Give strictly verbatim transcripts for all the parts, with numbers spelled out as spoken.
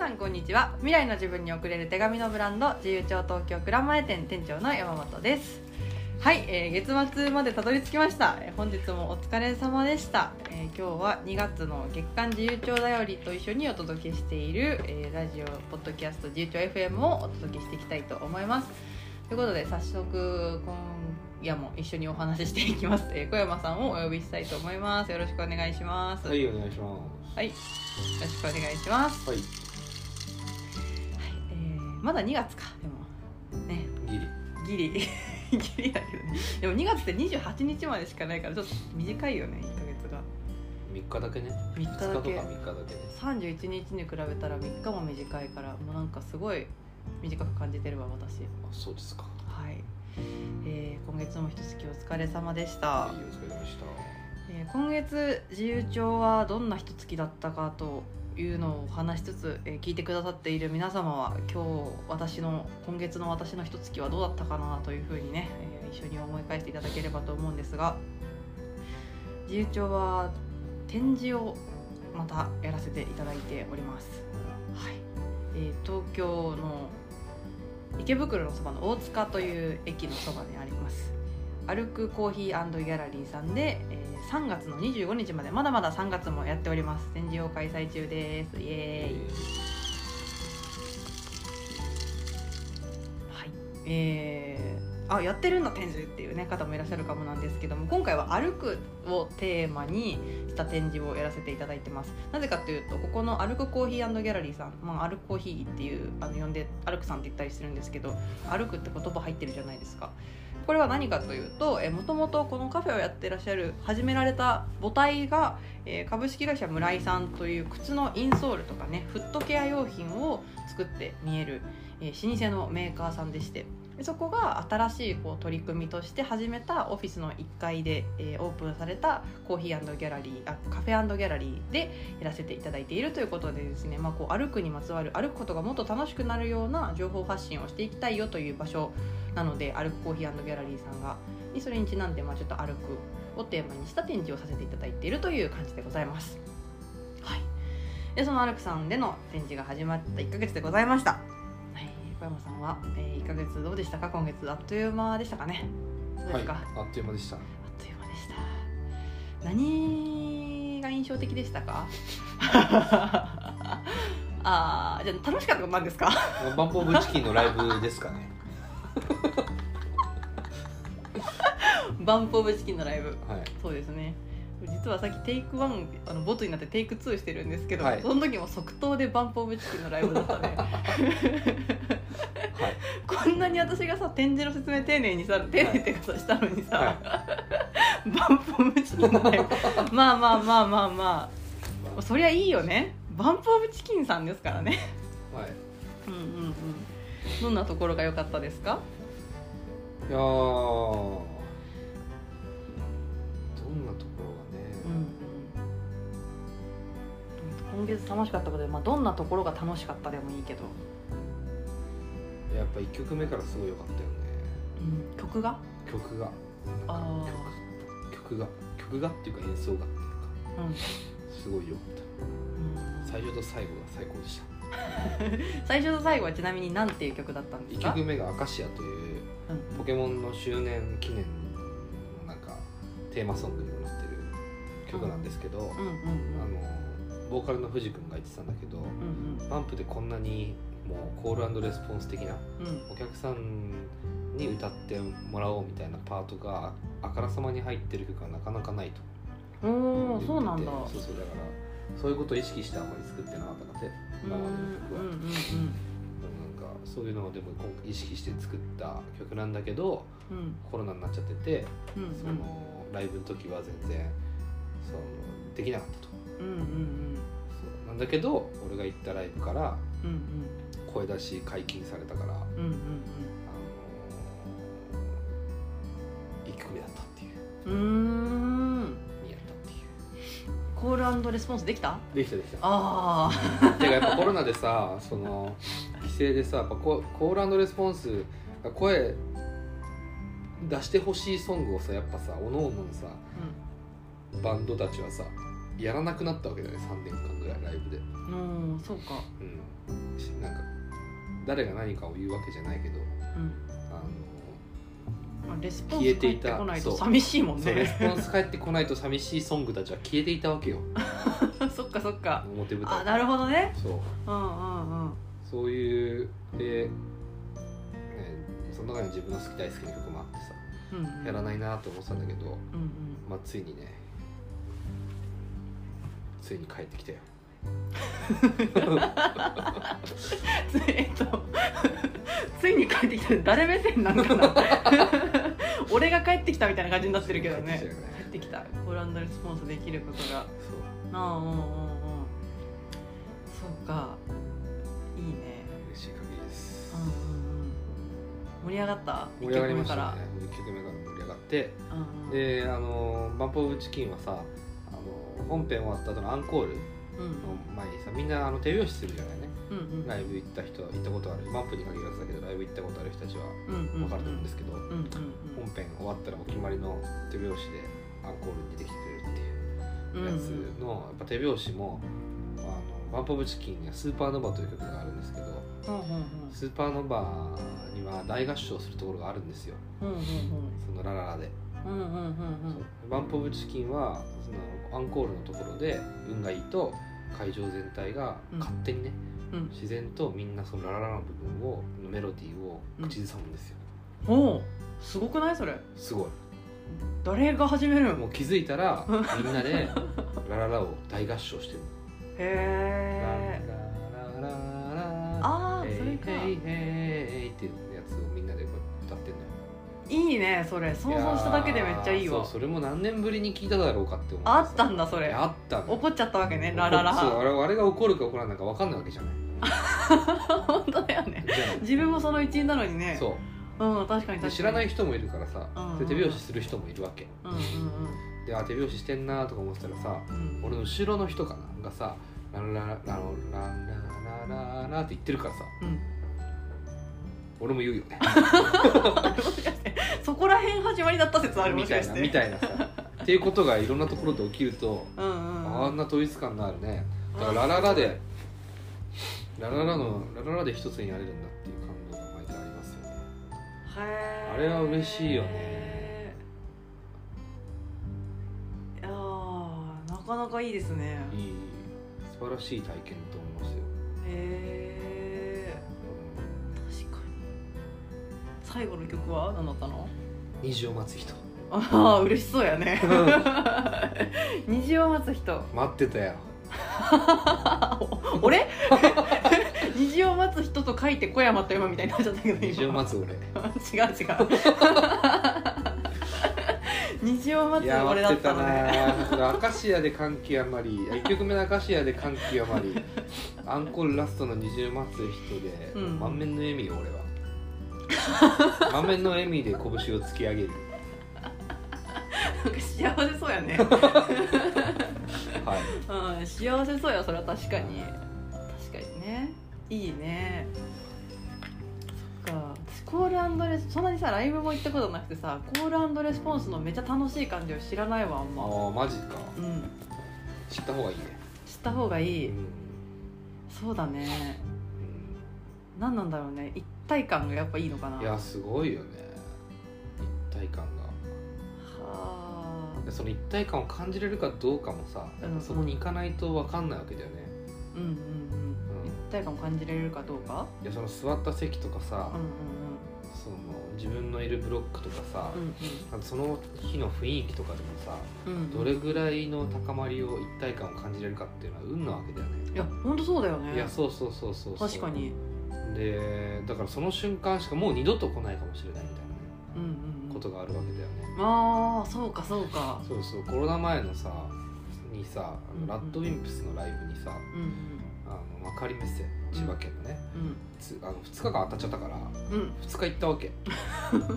さんこんにちは。未来の自分に送れる手紙のブランド自由帳東京蔵前店店長の山本です。はい、えー、月末までたどり着きました。えー、本日もお疲れ様でした。えー、今日はにがつの月刊自由帳だよりと一緒にお届けしている、えー、ラジオポッドキャスト自由帳 エフエム をお届けしていきたいと思います。ということで早速今夜も一緒にお話ししていきます。えー、小山さんをお呼びしたいと思います。よろしくお願いします。 はい、お願いします。 はい、よろしくお願いします。 はい、 まだにがつか。でもね、 ギリギリギリだけどね。でもにがつってにじゅうはちにちまでしかないからちょっと短いよね。いっかげつがみっかだけね。 みっかだけ、 ふつかとかみっかだけね。 さんじゅういちにちに比べたらみっかも短いから、もうなんかすごい短く感じてるわ私。 あ、そうですか。 はい、えー、今月も一月お疲れ様でした。 はい、お疲れ様でした。 えー、今月自由帳はどんな一月だったかというのを話しつつ、えー、聞いてくださっている皆様は今日私の今月の私の一月はどうだったかなというふうにね、えー、一緒に思い返していただければと思うんですが、自由帳は展示をまたやらせていただいております。はい、えー、東京の池袋のそばの大塚という駅のそばにあります歩くコーヒー&ギャラリーさんで、えー、さんがつのにじゅうごにちまでまだまださんがつもやっております。展示を開催中です。イエーイ。はい、えー、あ、やってるんだ展示っていう、ね、方もいらっしゃるかもなんですけども、今回は歩くをテーマにした展示をやらせていただいてます。なぜかというと、ここの歩くコーヒー&ギャラリーさん、まあ、歩くコーヒーっていうあの呼んで歩くさんって言ったりするんですけど、歩くって言葉入ってるじゃないですか。これは何かというと、もともとこのカフェをやってらっしゃる始められた母体が、えー、株式会社村井さんという靴のインソールとかね、フットケア用品を作って見える、えー、老舗のメーカーさんでして、そこが新しいこう取り組みとして始めたオフィスのいっかいで、えー、オープンされたコーヒー&ギャラリーあカフェ&ギャラリーでやらせていただいているということでですね、まあ、こう歩くにまつわる歩くことがもっと楽しくなるような情報発信をしていきたいよという場所なので、歩くコーヒー&ギャラリーさんがそれにちなんで、まあ、ちょっと歩くをテーマにした展示をさせていただいているという感じでございます。はい、でその歩くさんでの展示が始まったいっかげつでございました。小山さんは、えー、いっかげつどうでしたか？今月あっという間でしたかね？どうですか？ はい、あっという間でした。あっという間でした。何が印象的でしたか？あ、じゃあ楽しかったことなんですか？ バンポーブチキンのライブですかね。 バンポーブチキンのライブ、 はい、そうですね。実はさっきテイクワンあのボツになってテイクツーしてるんですけど、はい、その時も即答でバンポーブチキンのライブだったね。はい、こんなに私がさ展示の説明丁寧にさ丁寧ってかさしたのにさ、はい、バンポーブチキンのライブまあまあまあまあまあそりゃいいよね。バンポーブチキンさんですからね。 はい、 うんうんうん。どんなところが良かったですか？ いやー今月楽しかったことで、まあ、どんなところが楽しかったでもいいけど、 やっぱいっきょくめからすごい良かったよね。 うん、曲が曲があ曲曲が曲がっていうか演奏がっていうか、うん、すごい良かった、うん、最初と最後が最高でした。 最初と最後はちなみに何ていう曲だったんですか？ いっきょくめがアカシアという、うん、ポケモンの周年記念のなんかテーマソングにもなってる曲なんですけど、うんうんうんうん、あのボーカルの藤君が言ってたんだけど、うんうん、バンプでこんなにもうコール&レスポンス的な、うん、お客さんに歌ってもらおうみたいなパートがあからさまに入ってる曲はなかなかないと。 おー、そうなんだ。 そうそう、だからそういうことを意識してあんまり作ってなかったので、今までの曲は、うんうんうん、なんかそういうのをでも意識して作った曲なんだけど、うん、コロナになっちゃってて、うんうん、そのライブの時は全然そのできなかったと。うんうんうん、そうなんだけど俺が行ったライブから、うんうん、声出し解禁されたから、うんうんうん、あのー、いっきょくめだったっていう。うーん、にやったっていう。 コール&レスポンスできた？ できたできた。 ああ。てかやっぱコロナでさ、その規制でさ、やっぱコール&レスポンスが声出してほしいソングをさ、やっぱさ、おのおののさ、うん、バンドたちはさやらなくなったわけだよねさんねんかんぐらいライブで。 うんそうか。 うんなんか誰が何かを言うわけじゃないけど、うん、あのまあ、レスポンス返ってこないと寂しいもんね。 そうレスポンス返ってこないと寂しいソングたちは消えていたわけよそっかそっか。 表舞台。 あなるほどね。 そう、 うんうんうん、 そういうで、ね、その中に自分の好き大好きな曲もあってさ、うんうん、やらないなと思ってたんだけど、うんうんまあ、ついにねついに帰ってきたよつ, えっと、ついに帰ってきた。誰目線なんかな俺が帰ってきたみたいな感じになってるけどね。帰ってきた。コール&レスポンスできることが。そうああうんうんうんそうかいいね。 嬉しい限りです、 うんうんうん、盛り上がった。 盛り上がりましたね。いっきょくめから盛り上がって、うんうん、であのバンプオブチキンはさあの本編終わった後のアンコールの前にさみんなあの手拍子するじゃないね、うんうん、ライブ行った人は行ったことあるバンプに限らずだけどライブ行ったことある人たちは分かると思うんですけど、うんうんうん、本編終わったらお決まりの手拍子でアンコールに出てきてくれるっていうやつの、やっぱ手拍子もあのバンプオブチキンにはスーパーノバという曲があるんですけど、うんうんうん、スーパーノバには大合唱するところがあるんですよ、うんうんうん、そのラララで、うんうんうんうん、バンプオブチキンはそのアンコールのところで運がいいと会場全体が勝手にね、うん、自然とみんなそのラララの部分をメロディーを口ずさむんですよ、 うん、おおすごくないそれ。 すごい。誰が始めるの。 もう気づいたらみんなでラララを大合唱してる。 へーラララララあーそれかヘイヘイっていうやつをみんなで歌ってんのよ。 いいねそれ。想像しただけでめっちゃいいわ。 そうそれも何年ぶりに聞いただろうかって思って。 あったんだそれ。 あったの。 怒っちゃったわけねラララ。 そうあれ、あれが怒るか怒らないか分かんないわけじゃない本当だよね。自分もその一員なのにね。 そううん確かに確かに。 知らない人もいるからさ、うんうん、で手拍子する人もいるわけ、うんうんうん、であ手拍子してんなとか思ってたらさ、うん、俺の後ろの人かながさラララララララララって言ってるからさ、うん、俺も言うよねそこら辺始まりだった説あるみたいなみたいなさっていうことがいろんなところで起きると、うんうんうん、あんな統一感のあるね。だからラララでラララのラララで一つになれるんだっていう感動が毎回ありますよね。 へーあれは嬉しいよね。 いやーなかなかいいですね。 いい素晴らしい体験だと思いますよ。 へー、うん、確かに。最後の曲は何だったの？ 虹を待つ人。 ああ嬉しそうやね虹を待つ人待ってたよ俺虹を待つ人と書いて小山と読むみたいになっちゃったけど虹を待つ俺違う違う虹を待つ俺だったのね。 アカシアで歓喜あまりいっきょくめのアカシアで歓喜あまりアンコールラストの虹を待つ人で、うん、満面の笑みよ俺は満面の笑みで拳を突き上げるなんか幸せそうやねはい、うん、幸せそうやそれは確かに確かにねいいね。そっかコール&レスそんなにさライブも行ったことなくてさコール&レスポンスのめっちゃ楽しい感じを知らないわあんま。 ああマジか、うん、知った方がいいね。 知った方がいい、うん、そうだね、うん、何なんだろうね一体感がやっぱいいのかな。 いやすごいよね一体感が。その一体感を感じれるかどうかもさ、うん、そこに行かないと分かんないわけだよね。うんうんうん、うん、 一体感を感じれるかどうか。 いやその座った席とかさ、うんうんうん、その自分のいるブロックとかさ、うんうん、その日の雰囲気とかでもさ、うんうん、どれぐらいの高まりを一体感を感じれるかっていうのは運なわけだよね。 いや本当そうだよね。 いやそうそうそうそうそう確かに。 でだからその瞬間しかもう二度と来ないかもしれないみたいな、ね、うんうんうん、ことがあるわけだよね。 ああそうかそうか。 そうそうコロナ前のさにさあのラッドウィンプスのライブにさ、うんうん、あの幕張メッセ千葉県のね、うん、つあのふつかかん当たっちゃったから、うん、ふつか行ったわけあの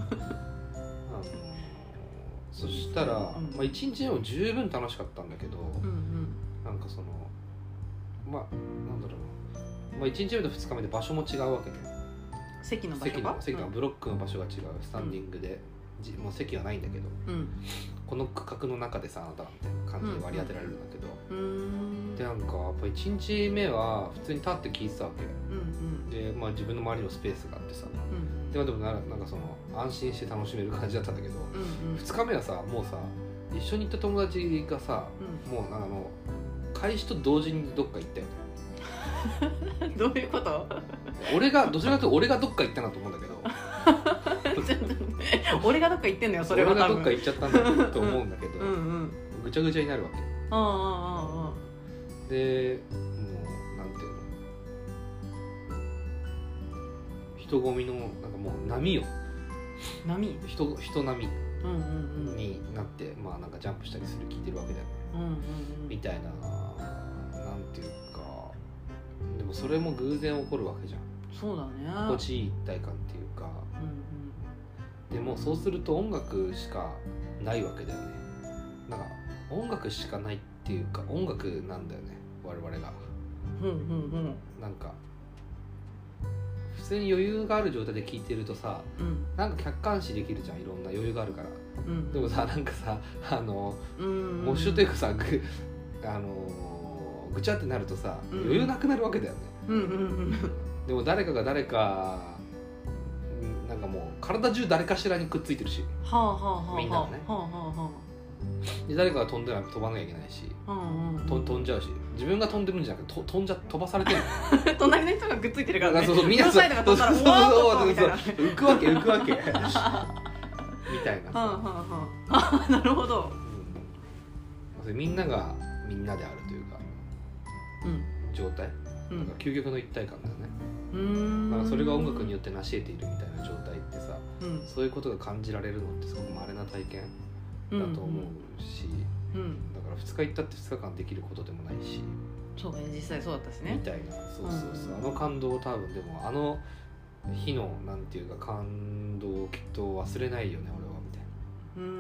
そしたら、うんまあ、いちにち目も十分楽しかったんだけど、うんうん、なんかそのまあなんだろうな、まあ、いちにちめとふつかめで場所も違うわけね。 席の場所が席のブロックの場所が違うスタンディングで、もう席はないんだけど、うん、この区画の中でさあなたみたいな感じで割り当てられるんだけど、ううーんでなんかやっぱいちにちめは普通に立って聞いてたわけ、 うんうん、 で、まあ、自分の周りのスペースがあってさ、 うん、 でもでもななんかその安心して楽しめる感じだったんだけど、 うんうん、 ふつかめはさもうさ一緒に行った友達がさ、うん、もうあの開始と同時にどっか行ったよねどういうこと？ 俺がどちらかというと俺がどっか行ったなと思うんだけど俺がどっか行ってんのよそれは。 俺がどっか行っちゃったんだと思うんだけどうん、うん、ぐちゃぐちゃになるわけ。 ああああでもうなんていうの、人混みのなんかもう波よ波人, 人波うんうんうんになって、まあなんかジャンプしたりする聞いてるわけだよね、 うんうんうん、 みたいな、なんていうか、でもそれも偶然起こるわけじゃん。 そうだね。 心地いい一体感っていうか、うんうん、でもそうすると音楽しかないわけだよね。なんか音楽しかないっていうか音楽なんだよね我々が、 うんうんうん、 なんか普通に余裕がある状態で聴いてるとさ、うん、なんか客観視できるじゃん、いろんな余裕があるから、うん、でもさなんかさあのモッシュというかさぐあのぐちゃってなるとさ、うん、余裕なくなるわけだよね、うんうんうん、でも誰かが誰かなんかもう体中誰かしらにくっついてるし、はあはあはあ、みんながね、はあはあはあ、で誰かが飛んでなく飛ばなきゃいけないし、うんうんうん、と飛んじゃうし、自分が飛んでるんじゃなくてと飛んじゃ飛ばされてる隣の人がくっついてるからね。 そうそうみんなそうそうそうそう浮くわけ浮くわけみたいなさ、はあはあはあ、なるほど、 うん、みんながみんなであるというか、うん、状態、うん、なんか究極の一体感だよね。うーん、なんかそれが音楽によって成し得ているみたいな状態ってさ、うん、そういうことが感じられるのってすごく稀な体験だと思うし、うんうん、だからふつか行ったってふつかかんできることでもないし、 そうね、実際そうだったしねみたいな、そうそうそう、うん、あの感動を多分でもあの日のなんていうか感動をきっと忘れないよね俺はみたいな、うー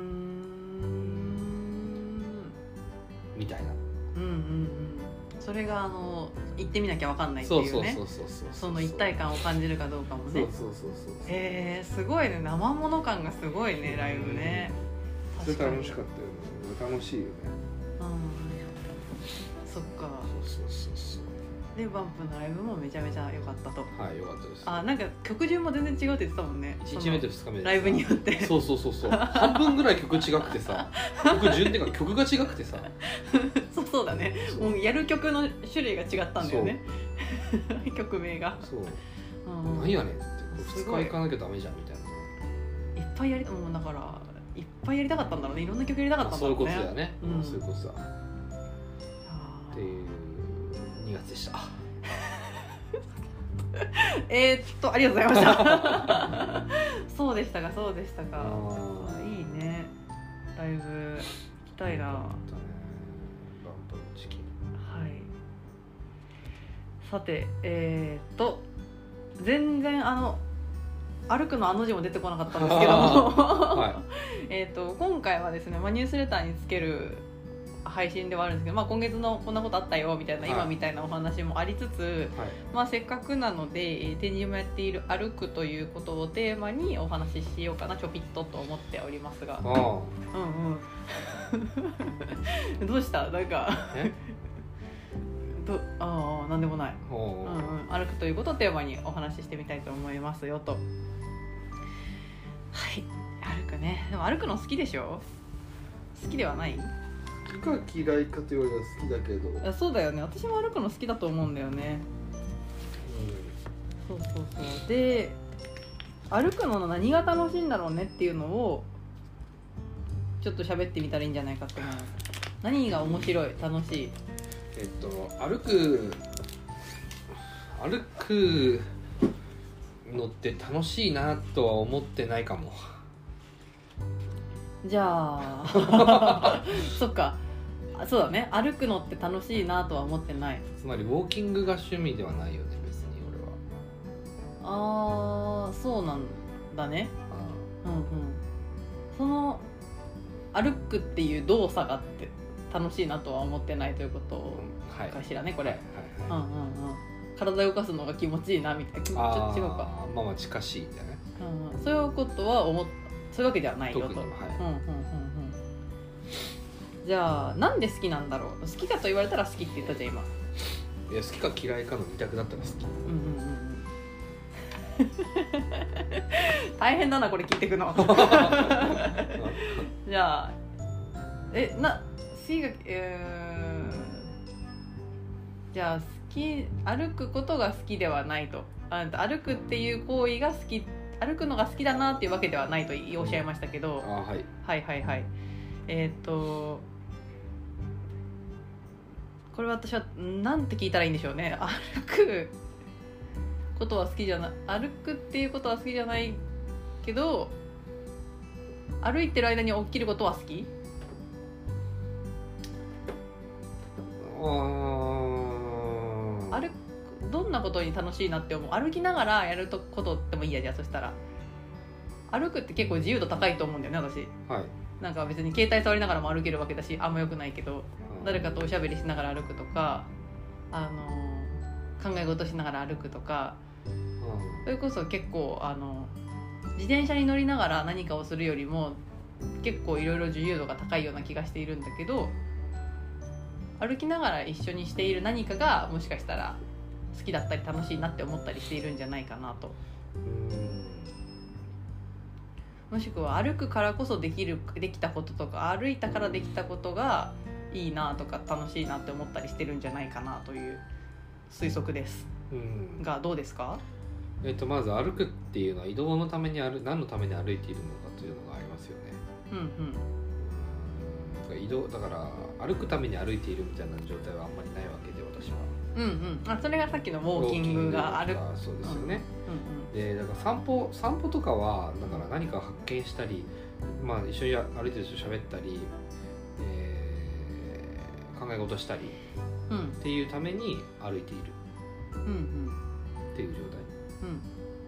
んみたいな、うんうんうん、 それがあの行ってみなきゃ分かんないっていうね、その一体感を感じるかどうかもね。 そうそうそうそう。 えー、すごいね、生もの感がすごいね、ライブね。 それ楽しかったよね。楽しいよね。 うん、そっか。 そうそうそうそう。 でバンプのライブもめちゃめちゃ良かったと。 はい、良かったです。 あ、なんか曲順も全然違うって言ってたもんね。 いちにちめとふつかめでライブによって。 そうそうそうそう。半分ぐらい曲違くてさ、曲順っていうか曲が違くてさ。 そうそうだね。もうやる曲の種類が違ったんだよね。曲名が。そう。 うん、何やねんってふつか行かなきゃダメじゃんみたいな。いっぱいやりたもうだからいっぱいやりたかったんだろうね。いろんな曲やりたかったんだろうね。 そういうことだよね。うん、そういうことだ。っていうにがつでした。 えーっとありがとうございましたそうでしたかそうでしたか。ああいいね、ライブ行きたいな。はい、さてえーっと全然あの歩くのあの字も出てこなかったんですけども、はい、えっと今回はですね、まあ、ニュースレターにつける配信ではあるんですけど、まあ、今月のこんなことあったよみたいな、はい、今みたいなお話もありつつ、はい、まあ、せっかくなので展示もやっている歩くということをテーマにお話ししようかなちょぴっとと思っておりますが、うんうんどうしたなんかどああなんでもない、うんうん、歩くということをテーマにお話ししてみたいと思いますよと。はい、歩くね。でも歩くの好きでしょ？好きではない？ 好きか嫌いかと言われたら好きだけど。 いやそうだよね、私も歩くの好きだと思うんだよね、うん、そうそうそう。で歩くのの何が楽しいんだろうねっていうのをちょっと喋ってみたらいいんじゃないかと思う。何が面白い楽しい。 えっと歩く歩くのって楽しいなとは思ってないかも。 じゃあそっか、そうだね、歩くのって楽しいなとは思ってない。 つまりウォーキングが趣味ではないよね別に俺は。ああそうなんだね。あうんうん。その歩くっていう動作がって楽しいなとは思ってないということかしらね、これ、はいはいはい、うんうんうん、体を動かすのが気持ちいいなみたいな。ちょっと違うか。 まあまあ近しいんじゃない、 うん、そういうことは思っそういうわけではないよと、はい、うんうんうんうん。じじゃあなんで好きなんだろう。好きかと言われたら好きって言ったじゃん今。 いや好きか嫌いかの二択だったら好き。 うんうんうんうん大変だなこれ聞いてくのじゃあえな好きがえー、じゃあ好き歩くことが好きではないと。あ歩くっていう行為が好き、歩くのが好きだなっていうわけではないとおっしゃいましたけど、 あ、はい、 はいはいはいえっ、ー、とこれ私はなんて聞いたらいいんでしょうね。歩くことは好きじゃない、歩くっていうことは好きじゃないけど歩いてる間に起きることは好き。 あ歩くどんなことに楽しいなって思う。歩きながらやることでもいいや。じゃあそしたら歩くって結構自由度高いと思うんだよね私。 はい。 なんか別に携帯触りながらも歩けるわけだしあんま良くないけど、誰かとおしゃべりしながら歩くとか、あの考え事しながら歩くとか、それこそ結構あの自転車に乗りながら何かをするよりも結構いろいろ自由度が高いような気がしているんだけど、歩きながら一緒にしている何かがもしかしたら好きだったり楽しいなって思ったりしているんじゃないかなと。もしくは歩くからこそできるできたこととか歩いたからできたことがいいなとか楽しいなって思ったりしてるんじゃないかなという推測です、うん、がどうですか。 えっと、まず歩くっていうのは移動のために歩何のために歩いているのかというのがありますよね。 うんうん。 移動だから歩くために歩いているみたいな状態はあんまりないわけで私は。 うんうん。あ、それがさっきのウォーキングがある。 そうですよね。 うんうんうん、 でだから散歩散歩とかはだから何か発見したり、まあ一緒に歩いてる人と喋ったり、えー、考え事したり、うん、っていうために歩いている、うんうん、っていう状態。うん、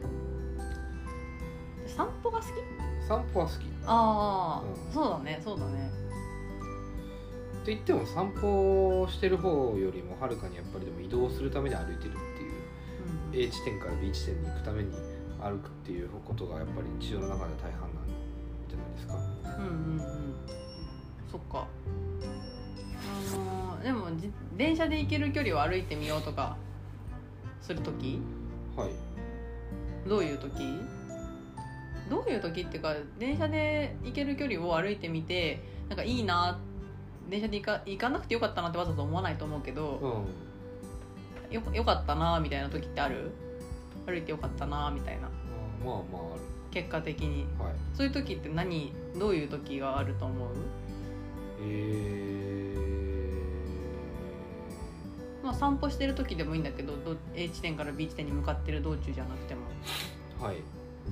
散歩が好き？ 散歩は好き。 ああ、うん、そうだねそうだね。 と言っても散歩してる方よりもはるかにやっぱりでも移動するために歩いてるっていう、うん、A 地点から B 地点に行くために歩くっていうことがやっぱり日常の中で大半なんじゃないですか。 うんうんうん。そっか。あのー、でも電車で行ける距離を歩いてみようとかするとき？ はい。 どういう時どういう時っていうか電車で行ける距離を歩いてみてなんかいいな電車で行か、行かなくてよかったなってわざと思わないと思うけど、うん、よ, よかったなみたいな時ってある？歩いてよかったなみたいな。 あまあまあある。 結果的に、はい、そういう時って何どういう時があると思う？ えー、まあ散歩してる時でもいいんだけど A 地点から B 地点に向かってる道中じゃなくても。 はい。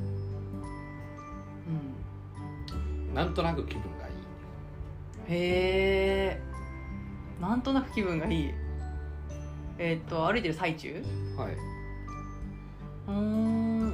うん。なんとなく気分がいい。 へえ。なんとなく気分がいい。えー、っと歩いてる最中？ はい。 うーん。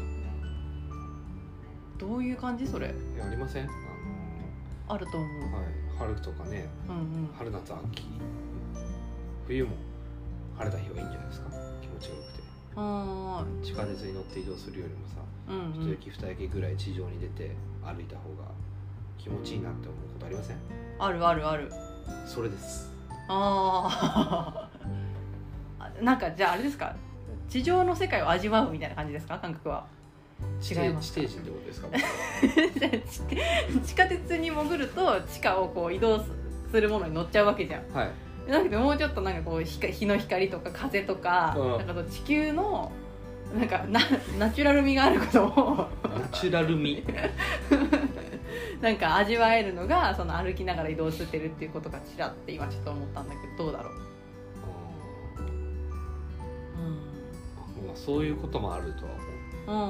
どういう感じそれ？ いやありません？あのー、あると思う。 はい。春とかね。うんうん。春夏秋冬も晴れた日はいいんじゃないですか。気持ちが良くて。ああ。地下鉄に乗って移動するよりもさ、うんうん、一駅二駅ぐらい地上に出て歩いた方が気持ちいいなって思うことありません？ あるあるある。 それです。 ああ。なんかじゃああれですか？地上の世界を味わうみたいな感じですか？感覚は。違いますか？ 地底人ってことですか？ 地下鉄に潜ると地下をこう移動するものに乗っちゃうわけじゃん。 はい。 だけどもうちょっとなんかこう日の光とか風とか、うん、なんか地球のなんか ナ, ナチュラル味があることをナチュラル味なんか味わえるのがその歩きながら移動してるっていうことがちらって今ちょっと思ったんだけどどうだろう。 うん、まあ、そういうこともあるとは思う。 うんうんうんうん。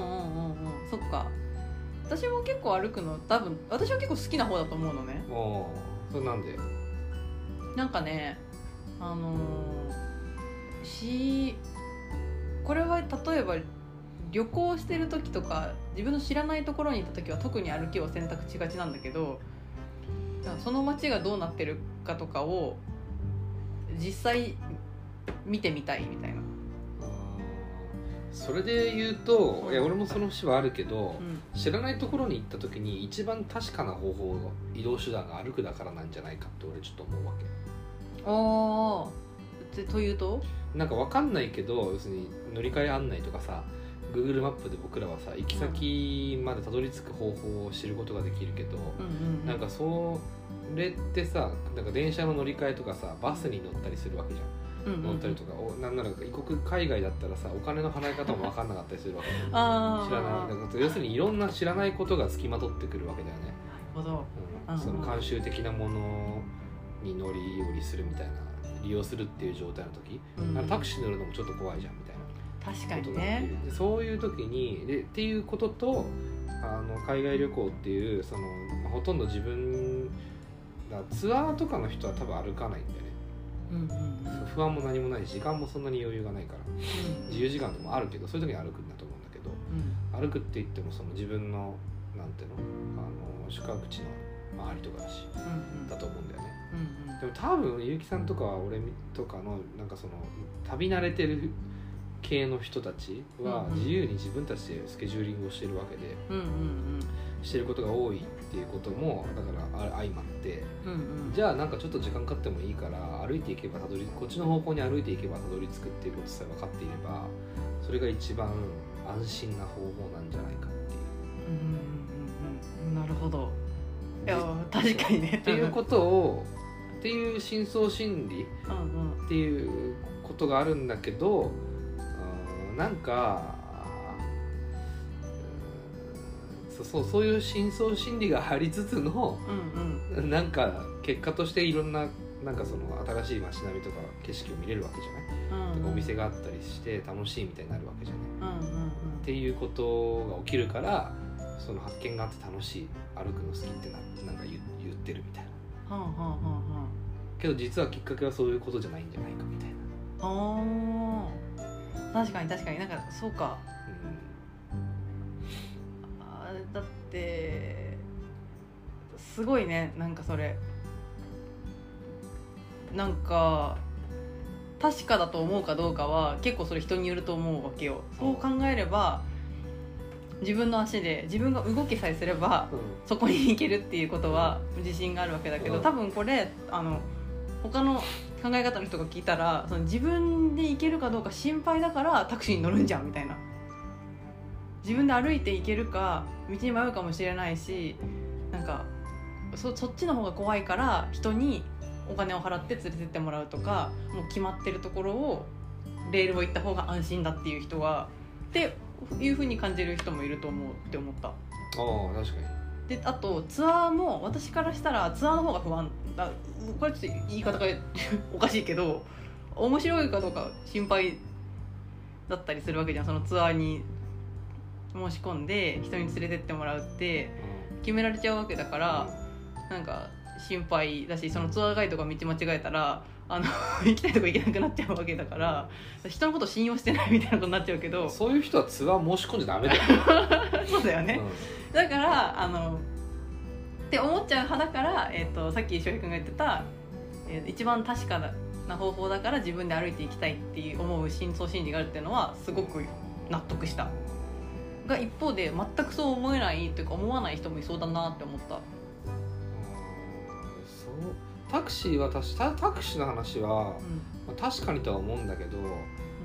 そっか。私も結構歩くの多分私は結構好きな方だと思うのね。 ああ、それなんで？ なんかね、あのー、しこれは例えば旅行してる時とか自分の知らないところに行った時は特に歩きを選択しがちなんだけど、その街がどうなってるかとかを実際見てみたいみたいな。 それで言うと、 うん、 いや俺もその節はあるけど、 うん、 知らないところに行った時に一番確かな方法移動手段が歩くだからなんじゃないかって俺ちょっと思うわけ。 ああというとなんか分かんないけど、要するに乗り換え案内とかさ Google マップで僕らはさ行き先までたどり着く方法を知ることができるけど、 うんうん、 なんかそれってさ、なんか電車の乗り換えとかさバスに乗ったりするわけじゃん、うんうんうん、乗ったりとか、おなんなら異国海外だったらさお金の払い方も分かんなかったりするわけあ知らないなんか要するにいろんな知らないことがつきまとってくるわけだよね。 なるほど、 うん、その慣習的なものに乗り降りするみたいな、利用するっていう状態の時、うん、タクシー乗るのもちょっと怖いじゃんみたいな確かにね。 そういう時にでっていうことと、あの海外旅行っていうその、まあ、ほとんど自分だツアーとかの人は多分歩かないんだよね、うんうんうん、不安も何もないし時間もそんなに余裕がないから、うん、自由時間とかもあるけどそういう時に歩くんだと思うんだけど、うん、歩くって言ってもその自分のなんていうの、あの宿泊地の周りとかだし、うんうん、だと思うんだよね、うんうん、でも多分ゆうきさんとか俺とかのなんかその旅慣れてる系の人たちは自由に自分たちでスケジューリングをしてるわけで、うんうんうん、してることが多いっていうこともだから相まって、うんうん、じゃあなんかちょっと時間かかってもいいから歩いていけばたどりこっちの方向に歩いていけばたどり着くっていうことさえ分かっていればそれが一番安心な方法なんじゃないかっていう、 うんうんうん、なるほど。いや確かにねっていうことをっていう深層心理っていうことがあるんだけど、なんかそうそうそういう深層心理がありつつの、うんうん、なんか結果としていろんななんかその新しい街並みとか景色を見れるわけじゃない、うんうん、とかお店があったりして楽しいみたいになるわけじゃない、うんうんうん、っていうことが起きるからその発見があって楽しい歩くの好きってななんか 言, 言ってるみたいな、はあはあはあ、けど実はきっかけはそういうことじゃないんじゃないかみたいな。 あ確かに確かになんかそうか、うん、あだってすごいねなんかそれなんか確かだと思うかどうかは結構それ人によると思うわけよ。そう考えれば自分の足で自分が動きさえすれば、うん、そこに行けるっていうことは自信があるわけだけど、うん、多分これあの他の考え方の人が聞いたらその自分で行けるかどうか心配だからタクシーに乗るんじゃんみたいな、自分で歩いて行けるか道に迷うかもしれないしなんか そ, そっちの方が怖いから人にお金を払って連れてってもらうとかもう決まってるところをレールを行った方が安心だっていう人はっていう風に感じる人もいると思うって思った。ああ確かに。 であとツアーも私からしたらツアーの方が不安だ。これちょっと言い方がおかしいけど面白いかどうか心配だったりするわけじゃん。そのツアーに申し込んで人に連れてってもらうって決められちゃうわけだからなんか心配だし、そのツアーガイドが道間違えたらあの行きたいとこ行けなくなっちゃうわけだから人のこと信用してないみたいなことになっちゃうけど、 そういう人はツアー申し込んじゃダメだよそうだよね、うん、だからあのって思っちゃう派だから、えー、とさっき翔平君が言ってた、えー、一番確かな方法だから自分で歩いていきたいっていう思う深層心理があるっていうのはすごく納得したが、一方で全くそう思えないというか思わない人もいそうだなって思った。 そうタクシーは確かタクシーの話は、うんまあ、確かにとは思うんだけど、うん、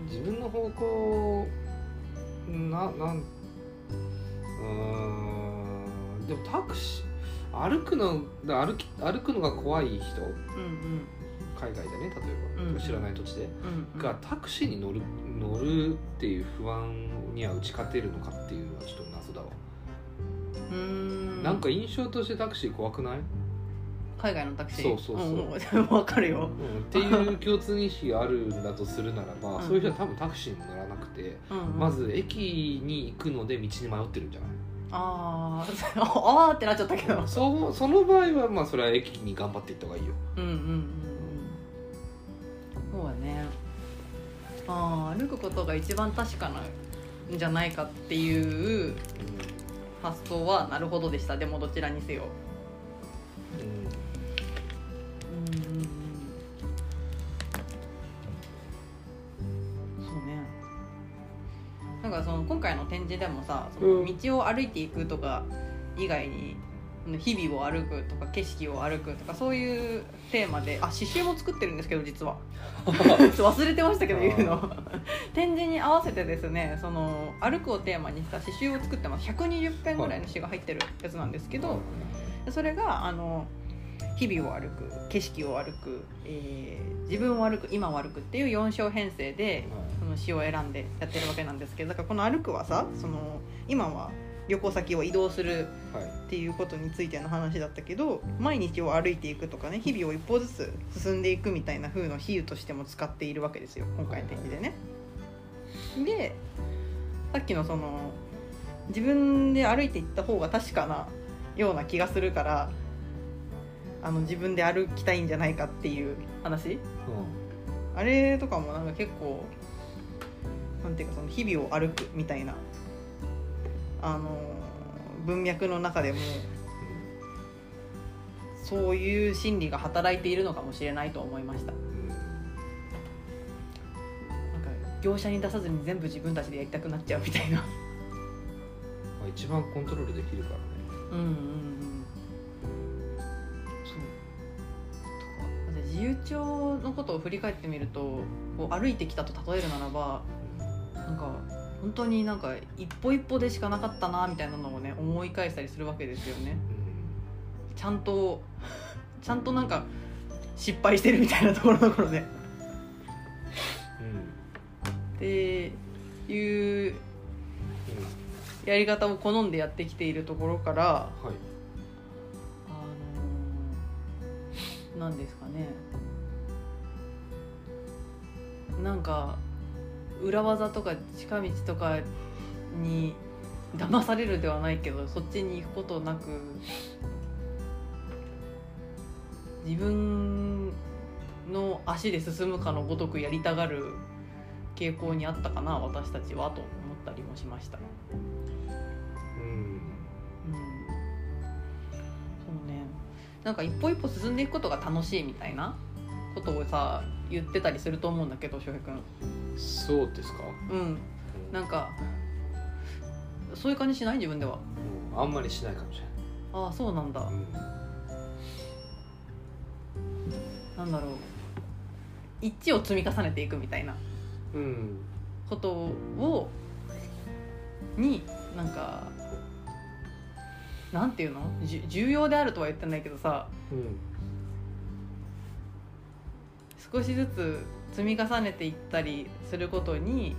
自分の方向ななんうーんでもタクシー歩くの歩き歩くのが怖い人、うんうん、海外でね例えば、うんうん、知らない土地で、うんうん、がタクシーに乗る乗るっていう不安には打ち勝てるのかっていうのはちょっと謎だわ。うーんなんか印象としてタクシー怖くない？ 海外のタクシーそうそうそう、 うん、分かるよ、 うん、っていう共通認識があるんだとするならば、うん、そういう人は多分タクシーに乗らなくて、うんうん、まず駅に行くので道に迷ってるんじゃない？あああってなっちゃったけど、 そ, その場合はまあそれは駅に頑張っていった方がいいよ。うんうんうんうんそうだね。ああ歩くことが一番確かなんじゃないかっていう発想はなるほどでした。でもどちらにせよ、うんうんうんそうね。なんかその今回の展示でもさ、その道を歩いていくとか以外に、うん、日々を歩くとか景色を歩くとかそういうテーマで、あ、刺繍も作ってるんですけど実は忘れてましたけど言うの展示に合わせてですね、その歩くをテーマにした刺繍を作ってます。ひゃくにじゅうペンぐらいの詩が入ってるやつなんですけど、それがあの日々を歩く、景色を歩く、えー、自分を歩く、今を歩くっていうよん章編成でその詩を選んでやってるわけなんですけど、だからこの歩くはさ、その今は旅行先を移動するっていうことについての話だったけど、毎日を歩いていくとかね、日々を一歩ずつ進んでいくみたいな風の比喩としても使っているわけですよ、今回の展示でね。で、さっきのその自分で歩いていった方が確かなような気がするから、あの自分で歩きたいんじゃないかっていう話、うん、あれとかもなんか結構なんていうか、その日々を歩くみたいなあの文脈の中でもそういう心理が働いているのかもしれないと思いました。なんか業者に出さずに全部自分たちでやりたくなっちゃうみたいなまあ一番コントロールできるからね。 うんうんうん。そうとか自由帳のことを振り返ってみると、こう歩いてきたと例えるならば、なんか本当になんか一歩一歩でしかなかったなみたいなのをね思い返したりするわけですよね。ちゃんとちゃんとなんか失敗してるみたいなところどころで、うん、っていうやり方を好んでやってきているところから、はい、あの何ですかね、なんか裏技とか近道とかに騙されるではないけど、そっちに行くことなく自分の足で進むかのごとくやりたがる傾向にあったかな、私たちはと思ったりもしました。うん、うん、そうね、なんか一歩一歩進んでいくことが楽しいみたいなことをさ言ってたりすると思うんだけど、翔平くん。 そうですか？ うん、なんかそういう感じしない？自分では、 うん、あんまりしないかもしれない。 ああ、そうなんだ、うん、なんだろう、一を積み重ねていくみたいなことをになんかなんていうの、じ重要であるとは言ってないけどさ、うん、少しずつ積み重ねていったりすることに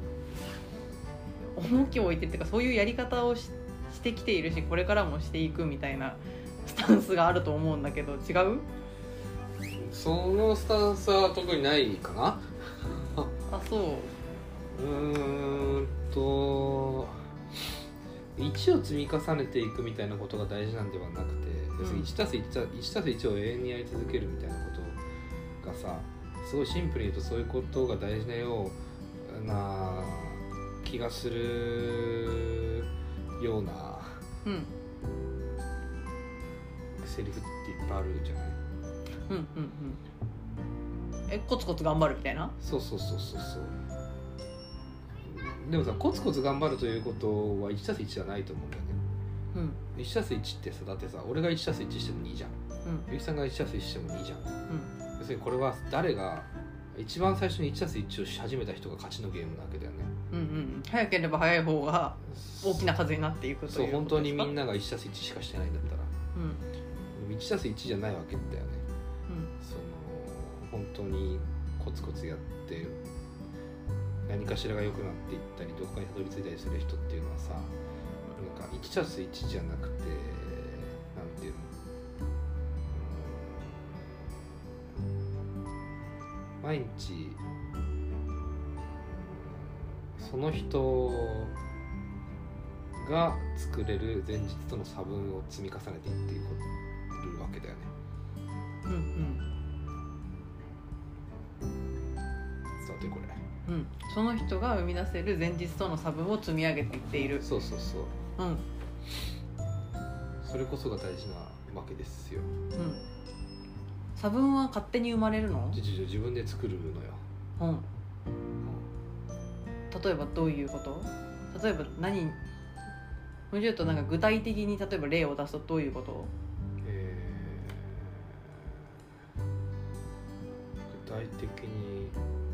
重きを置いてっていうか、そういうやり方を し, してきているし、これからもしていくみたいなスタンスがあると思うんだけど、違う？ そのスタンスは特にないかなあ、そう。 うーんといちを積み重ねていくみたいなことが大事なんではなくて、要するに いちたすいち いちたすいちを永遠にやり続けるみたいなことがさ、すごいシンプルに言うとそういうことが大事なような気がするような、うん、セリフっていっぱいあるじゃない。 うんうんうん。え、コツコツ頑張るみたいな。 そうそうそうそうそう。でもさ、コツコツ頑張るということは いちたすいち じゃないと思うんだよね。うん。いちたすいちってさ、だってさ、俺が いちたすいち してもにじゃん。うん。ゆきさんが いちたすいち してもにじゃん。うん。要するにこれは誰が一番最初に いちたすいち をし始めた人が勝ちのゲームなわけだよね。うんうん。早ければ早い方が大きな数になっていくということですか。そう、本当にみんなが いちたすいち しかしてないんだったら。うん。いちたすいち じゃないわけだよね。うん。その本当にコツコツやって何かしらが良くなっていったり、どこかにたどり着いたりする人っていうのはさ、なんか いちたすいち じゃなくて、なんていうの、毎日その人が作れる前日との差分を積み重ねていっているわけだよね。うんうん。伝わってるこれ。 うん。その人が生み出せる前日との差分を積み上げていっている。 そうそうそう。うん。それこそが大事なわけですよ。うん。 差分は勝手に生まれるの？ 自分で作るのよ。うん。 例えばどういうこと？例えば何もうちょっとなんか具体的に例えば例を出すとどういうこと？ えー、具体的に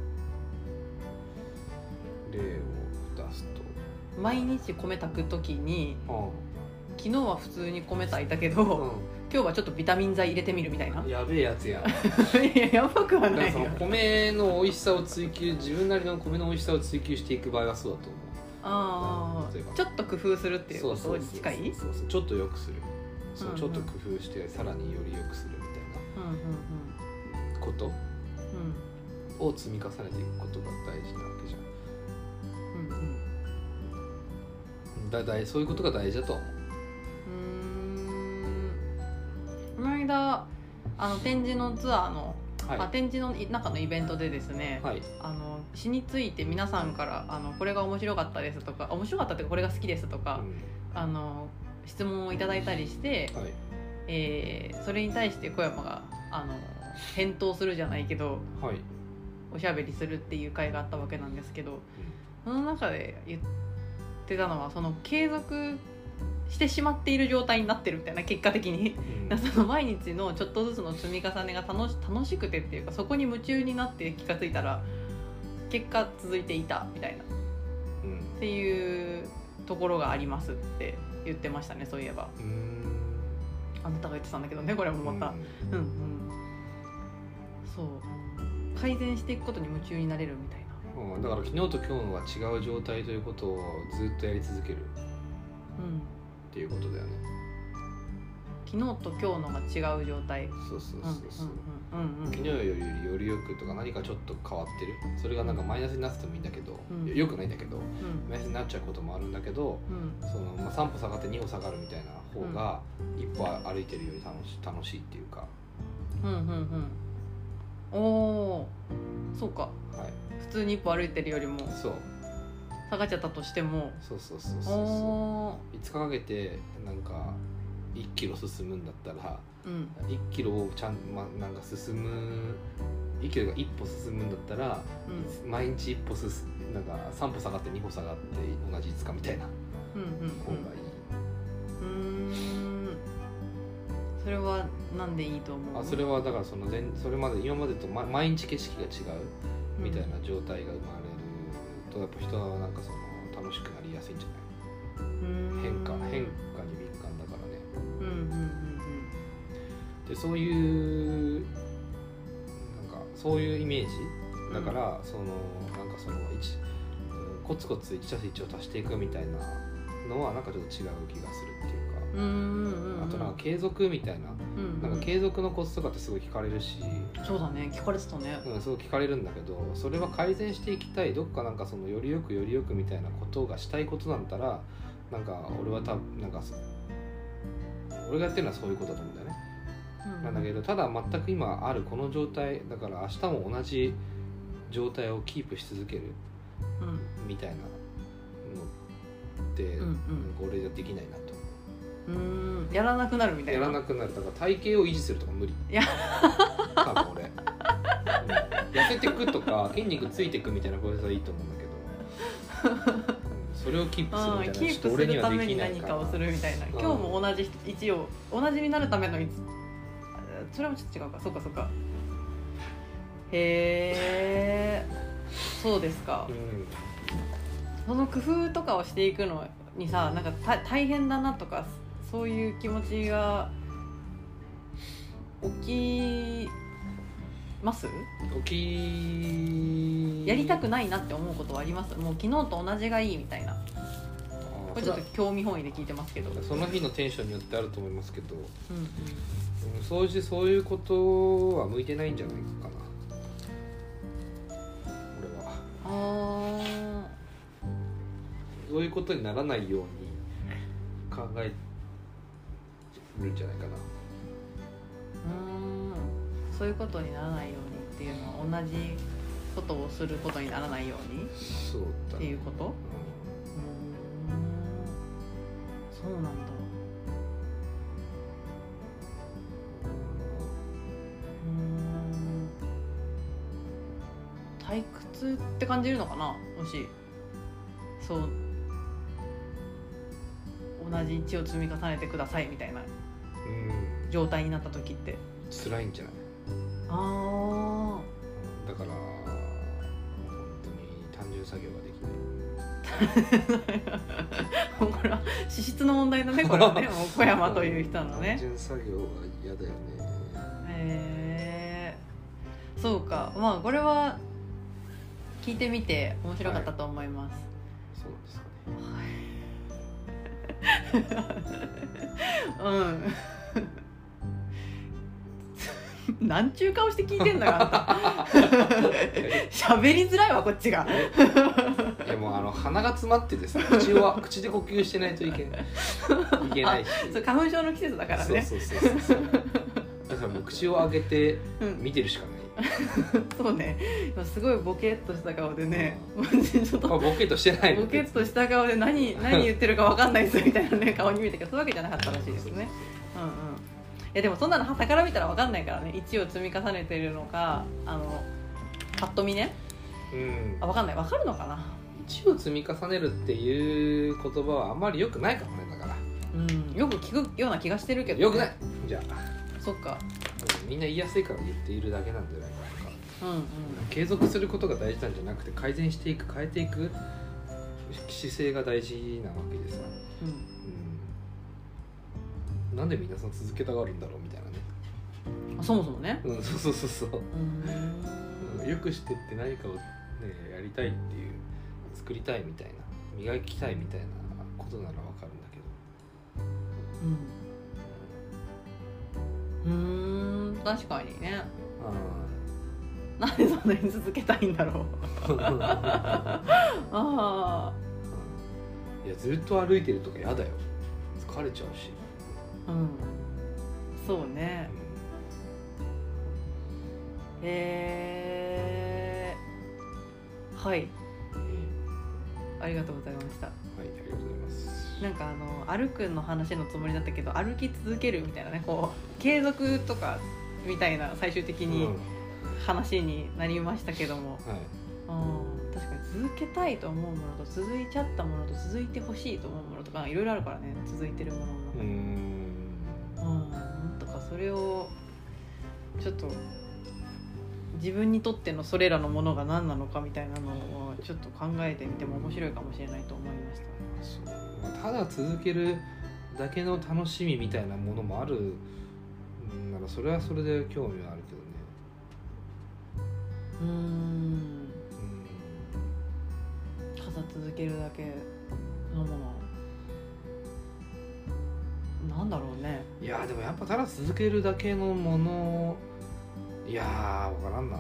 例を出すと、 毎日米炊くときに、 うん、 昨日は普通に米炊いたけど、うん、今日はちょっとビタミン剤入れてみるみたいな。 やべえやつやいややばくはないよ。 その米の美味しさを追求、自分なりの米の美味しさを追求していく場合はそうだと思う。 ああ、ちょっと工夫するっていうことに近い？ そうそう、ちょっと良くする、そう、うんうん、ちょっと工夫してさらにより良くするみたいなことを積み重ねていくことが大事なわけじゃん。うんうん、だだいそういうことが大事だと思う。 うーん、この間あの展示のツアーの、はい、あ展示の中のイベントでですね、はい、あの詩について皆さんからあのこれが面白かったですとか、面白かったというかこれが好きですとか、うん、あの質問をいただいたりして、はい、えー、それに対して小山があの返答するじゃないけど、はい、おしゃべりするっていう会があったわけなんですけど、うん、その中で言ってたのはその継続してしまっている状態になってるみたいな、結果的に、うん、その毎日のちょっとずつの積み重ねが楽し、楽しくてっていうか、そこに夢中になって気がついたら結果続いていたみたいな、うん、っていうところがありますって言ってましたね。そういえば、うーん、あなたが言ってたんだけどね、これもまた、うん、うんうん、そう改善していくことに夢中になれるみたいな、 うん、だから昨日と今日のは違う状態ということをずっとやり続ける、うん、っていうことだよね。 昨日と今日のが違う状態。そうそうそうそう、 うんうん、昨日よりよりよくとか何かちょっと変わってる、それがなんかマイナスになっててもいいんだけど、うん、よくないんだけど、うん、マイナスになっちゃうこともあるんだけど、うん、そのまあ、さん歩下がってに歩下がるみたいな方がいっぽ歩いてるより楽し、楽しいっていうか、 うんうんうん、おー、そうか、はい、普通に一歩歩いてるよりもそう下がっちゃったとしても、 そうそうそうそうそう、いつかかけてなんかいっキロ進むんだったら、うん、いっキロをちゃん、ま、なんか進むいっキロがいっ歩進むんだったら、うん、毎日いっ歩進なんかさん歩下がってに歩下がって同じいつかみたいな方がいい、 うんうんうん、うーん、それはなんでいいと思う？ あ、それはだからその前それまで今までと、ま、毎日景色が違うみたいな状態が生まれると、やっぱ人はなんかその楽しくなりやすいんじゃない？変化変化に敏感だからね。うんうんうんうん。でそういうなんかそういうイメージだから、うん、そのなんかその一コツコツいちたすいちを足していくみたいなのはなんかちょっと違う気がするっていうか、うんうんうん、あとなんか継続みたいな、うんうん、なんか継続のコツとかってすごい聞かれるし、 そうだね、聞かれてたね、 うん、すごい聞かれるんだけど、それは改善していきたい、どっかなんかそのよりよくよりよくみたいなことがしたいことなんだったら、なんか俺は多分なんか俺がやってるのはそういうことだと思うんだよね、うん、なんだけど、ただ全く今あるこの状態だから明日も同じ状態をキープし続ける、うん、みたいなのって、うんうん、俺じゃできないなと。 うーん、やらなくなるみたいな。 やらなくなる。だから体型を維持するとか無理。いや多分俺、うん、痩せてくとか筋肉ついてくみたいなことはいいと思うんだけどそれをキープするみたいな、 キープするために何かをするみたいな、今日も同じ一応同じになるための、それもちょっと違うか、そうかそうか、へえそうですか、うん、その工夫とかをしていくのにさ、なんか大変だなとかそういう気持ちが起きます起きやりたくないなって思うことはあります？もう昨日と同じがいいみたいな。これちょっと興味本位で聞いてますけど、 その日のテンションによってあると思いますけど、うんうん、そうしてそういうことは向いてないんじゃないかな、俺は。あそういうことにならないように考えるんじゃないかな。 うーん、そういうことにならないようにっていうのは同じことをすることにならないようにそうだっていうこと、うん、うーん、そうなんだ。うーん、退屈って感じるのかな、もしそう同じいちを積み重ねてくださいみたいな状態になった時って辛いんじゃない？ あだから本当に単純作業ができないもうこれは資質の問題だねこれはねもう小山という人のね単純作業は嫌だよね。 へえー、そうか。まあこれは聞いてみて面白かったと思います、はい、 そうですかね、 はい、うんなんちゅう顔して聞いてんだよあんた喋りづらいわこっちがいやもうあの鼻が詰まっててさ口を口で呼吸してないといけないいけないしそう花粉症の季節だからね。 そうそうそうそうだからもう口を開けて見てるしかない、 うん、そうね今すごいボケっとした顔でね、うん、ちょっと、 まあ、ボケっとしてないのボケっとした顔で何何言ってるか分かんないですみたいなね顔に見えたけどそういうわけじゃなかったらしいですね。うんうん。いやでもそんなの傍から見たら分かんないからね。いちを積み重ねてるのかあのパッと見ね、うん、あ分かんない分かるのかな。 いちを積み重ねるっていう言葉はあんまり良くないかもね。だから、 うん、よく聞くような気がしてるけど、ね、 良くないじゃあそっか、 うん、みんな言いやすいから言っているだけなんじゃないかな。 うんうん、継続することが大事なんじゃなくて改善していく変えていく姿勢が大事なわけでさ、うんうん、なんでみんなその続けたがるんだろうみたいなね。 あそもそもね、 うん、そうそうそうそう、うん、よくしてって何かを、ね、やりたいっていう作りたいみたいな磨きたいみたいなことならわかるんだけど、うん、うーん確かにね。なんでそんなに続けたいんだろうあ、 いやずっと歩いてるとかやだよ、疲れちゃうし。 うんそうね、うん、えー、はい、ありがとうございました。はい、 ありがとうございます。 なんかあの歩くの話のつもりだったけど歩き続けるみたいなね、こう継続とかみたいな最終的に話になりましたけども、うんはい、うん確かに続けたいと思うものと続いちゃったものと続いてほしいと思うものとかいろいろあるからね。続いてるものの中にうんうんとかそれをちょっと自分にとってのそれらのものが何なのかみたいなのをちょっと考えてみても面白いかもしれないと思いました。 ただ続けるだけの楽しみみたいなものもあるならそれはそれで興味はあるけどね。 うーんただ続けるだけのものなんだろうね。 いやでもやっぱただ続けるだけのものいやー分からんな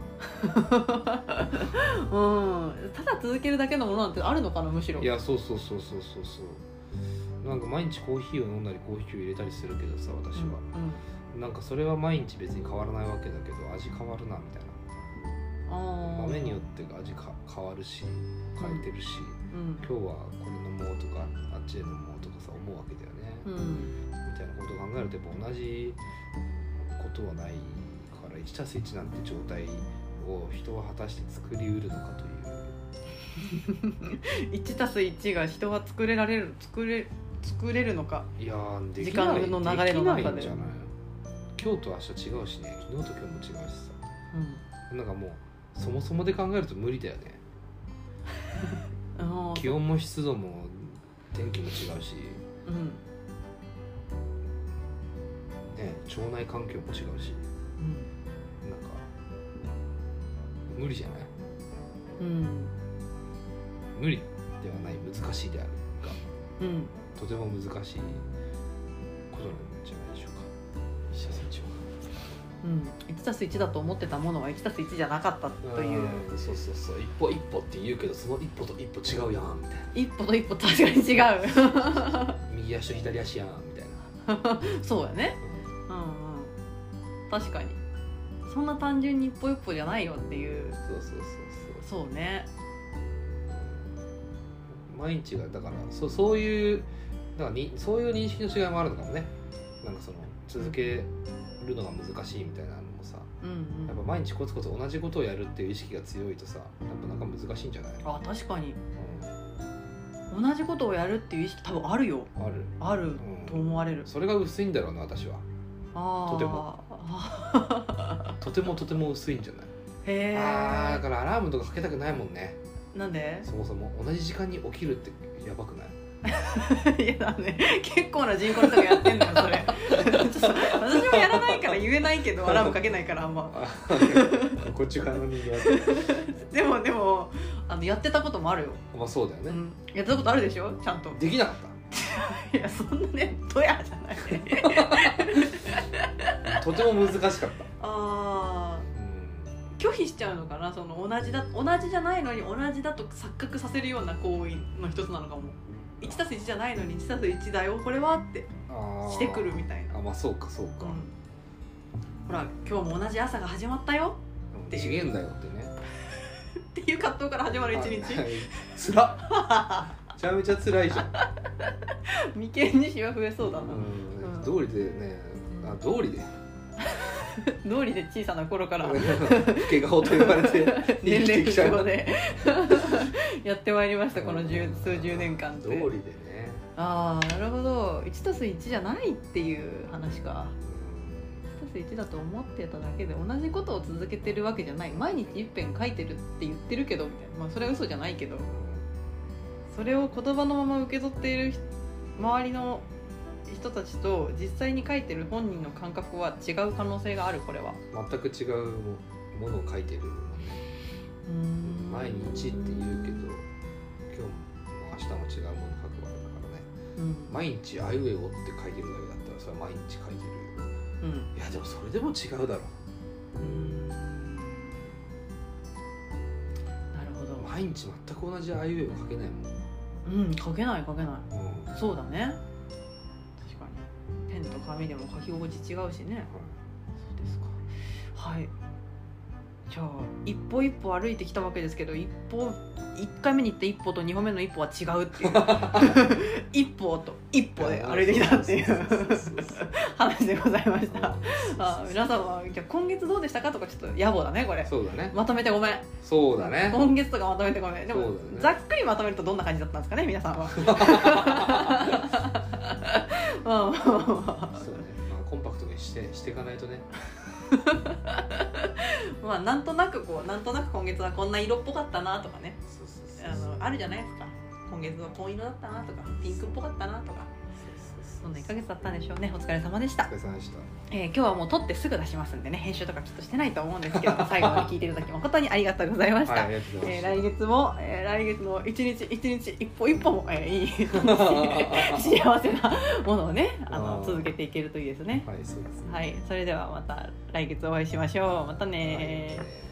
うんただ続けるだけのものなんてあるのかな。むしろいやそうそうそうそうそうそうなんか毎日コーヒーを飲んだりコーヒーを入れたりするけどさ私は、うんうん、なんかそれは毎日別に変わらないわけだけど味変わるなみたいな。あ豆によって味か変わるし変えてるし、うん、今日はこれ飲もうとかあっちで飲もうとかさ思うわけだよね、うん、みたいなことを考えるとやっぱ同じことはないからいちたすいちなんて状態を人は果たして作りうるのかといういちたすいちが人は作れられる作れ作れるのか。 いやでき時間の流れの中でじゃない。今日と明日違うしね昨日と今日も違うしさ、うん、なんかもうそもそもで考えると無理だよね気温も湿度も天気も違うし、うんね、腸内環境も違うし、うん、なんか無理じゃない、うん、無理ではない難しいであるが、うん、とても難しいことなんじゃないでしょうか。一社成長うん、いちたすいちだと思ってたものはいちたすいちじゃなかったという。 そうそうそう一歩一歩って言うけどその一歩と一歩違うやんみたいな。 一歩と一歩確かに違う右足と左足やんみたいなそうやね、うん、うんうん確かにそんな単純に一歩一歩じゃないよっていう。 そうそうそうそうそうね毎日がだから そ, そういうだからにそういう認識の違いもあるのかもね。なんかその続けるのが難しいみたいなのもさ、うんうん、やっぱ毎日コツコツ同じことをやるっていう意識が強いとさやっぱなんか難しいんじゃない。 あ確かに、うん、 同じことをやるっていう意識多分あるよ。 あるあると思われる、 うん、それが薄いんだろうな私は。 あとてもとてもとても薄いんじゃない。 へえ。 あーだからアラームとかかけたくないもんね。 なんで？ そもそも同じ時間に起きるってやばくない？ いやだね、結構な人口の人がやってんだよそれ私もやらないから言えないけどアラームかけないからあんまこっち側の人間でもでもあのやってたこともあるよ。 まあそうだよね、 うん、やってたことあるでしょちゃんと。 できなかったいやそんなねドヤじゃないとても難しかった。 あー、拒否しちゃうのかな、その同じだ同じじゃないのに同じだと錯覚させるような行為の一つなのかも。いちたすいちじゃないのにいちたすいちだよこれはってしてくるみたいな。 あまあそうかそうか、 うん、ほら今日も同じ朝が始まったよっていう次元だよってねっていう葛藤から始まる一日つらっめちゃめちゃ辛いじゃん眉間にしわ増えそうだな、うんうん、道理でねあ道理で道理で小さな頃から老け顔と言われて年齢不詳でやってまいりましたこの十数十年間って。 道理でね。 ああなるほど、いちたすいちじゃないっていう話か。いちたすいちだと思ってただけで同じことを続けてるわけじゃない。毎日一遍書いてるって言ってるけどみたいな、まあそれは嘘じゃないけど、それを言葉のまま受け取っている周りの人たちと実際に書いてる本人の感覚は違う可能性がある。これは全く違うものを書いてるもんね。うーん毎日って言うけど今日も明日も違うもの書くわけだからね、うん、毎日あいうえおって書いてるだけだったらそれは毎日書いてる、うん、いやでもそれでも違うだろう。うーんなるほど。毎日全く同じあいうえお書けないもん。 うん書けない書けない、うん、そうだね。ペンと紙でも書き心地違うしね、はい、そうですか。はい、じゃあ一歩一歩歩いてきたわけですけど、一歩いっかいめに行った一歩とにほんめの一歩は違うっていう一歩と一歩で歩いてきたっていう話でございました。あ皆さんはじゃあ今月どうでしたかとかちょっと野暮だねこれ。 そうだね。 まとめてごめん。 そうだね。 今月とかまとめてごめん。でも、ね、ざっくりまとめるとどんな感じだったんですかね皆さんは。まあまあまあ、そうね。まあコンパクトにしてしていかないとね。 まあなんとなくこうなんとなく今月はこんな色っぽかったなとかね。そうそうそうそう、あのあるじゃないですか。今月は紺色だったなとかピンクっぽかったなとか。そんないっかげつだったんでしょうね。お疲れ様でした。 お疲れ様でした。 えー、今日はもう撮ってすぐ出しますんでね、編集とかきっとしてないと思うんですけど最後まで聞いていただき誠にありがとうございました。はい、ありがとうございました。えー、来月も、えー、来月の一日一日一歩一歩も、えー、いい幸せなものをねあの続けていけるといいですね。 はい、そうですね。 はい、それではまた来月お会いしましょう。またね。はい。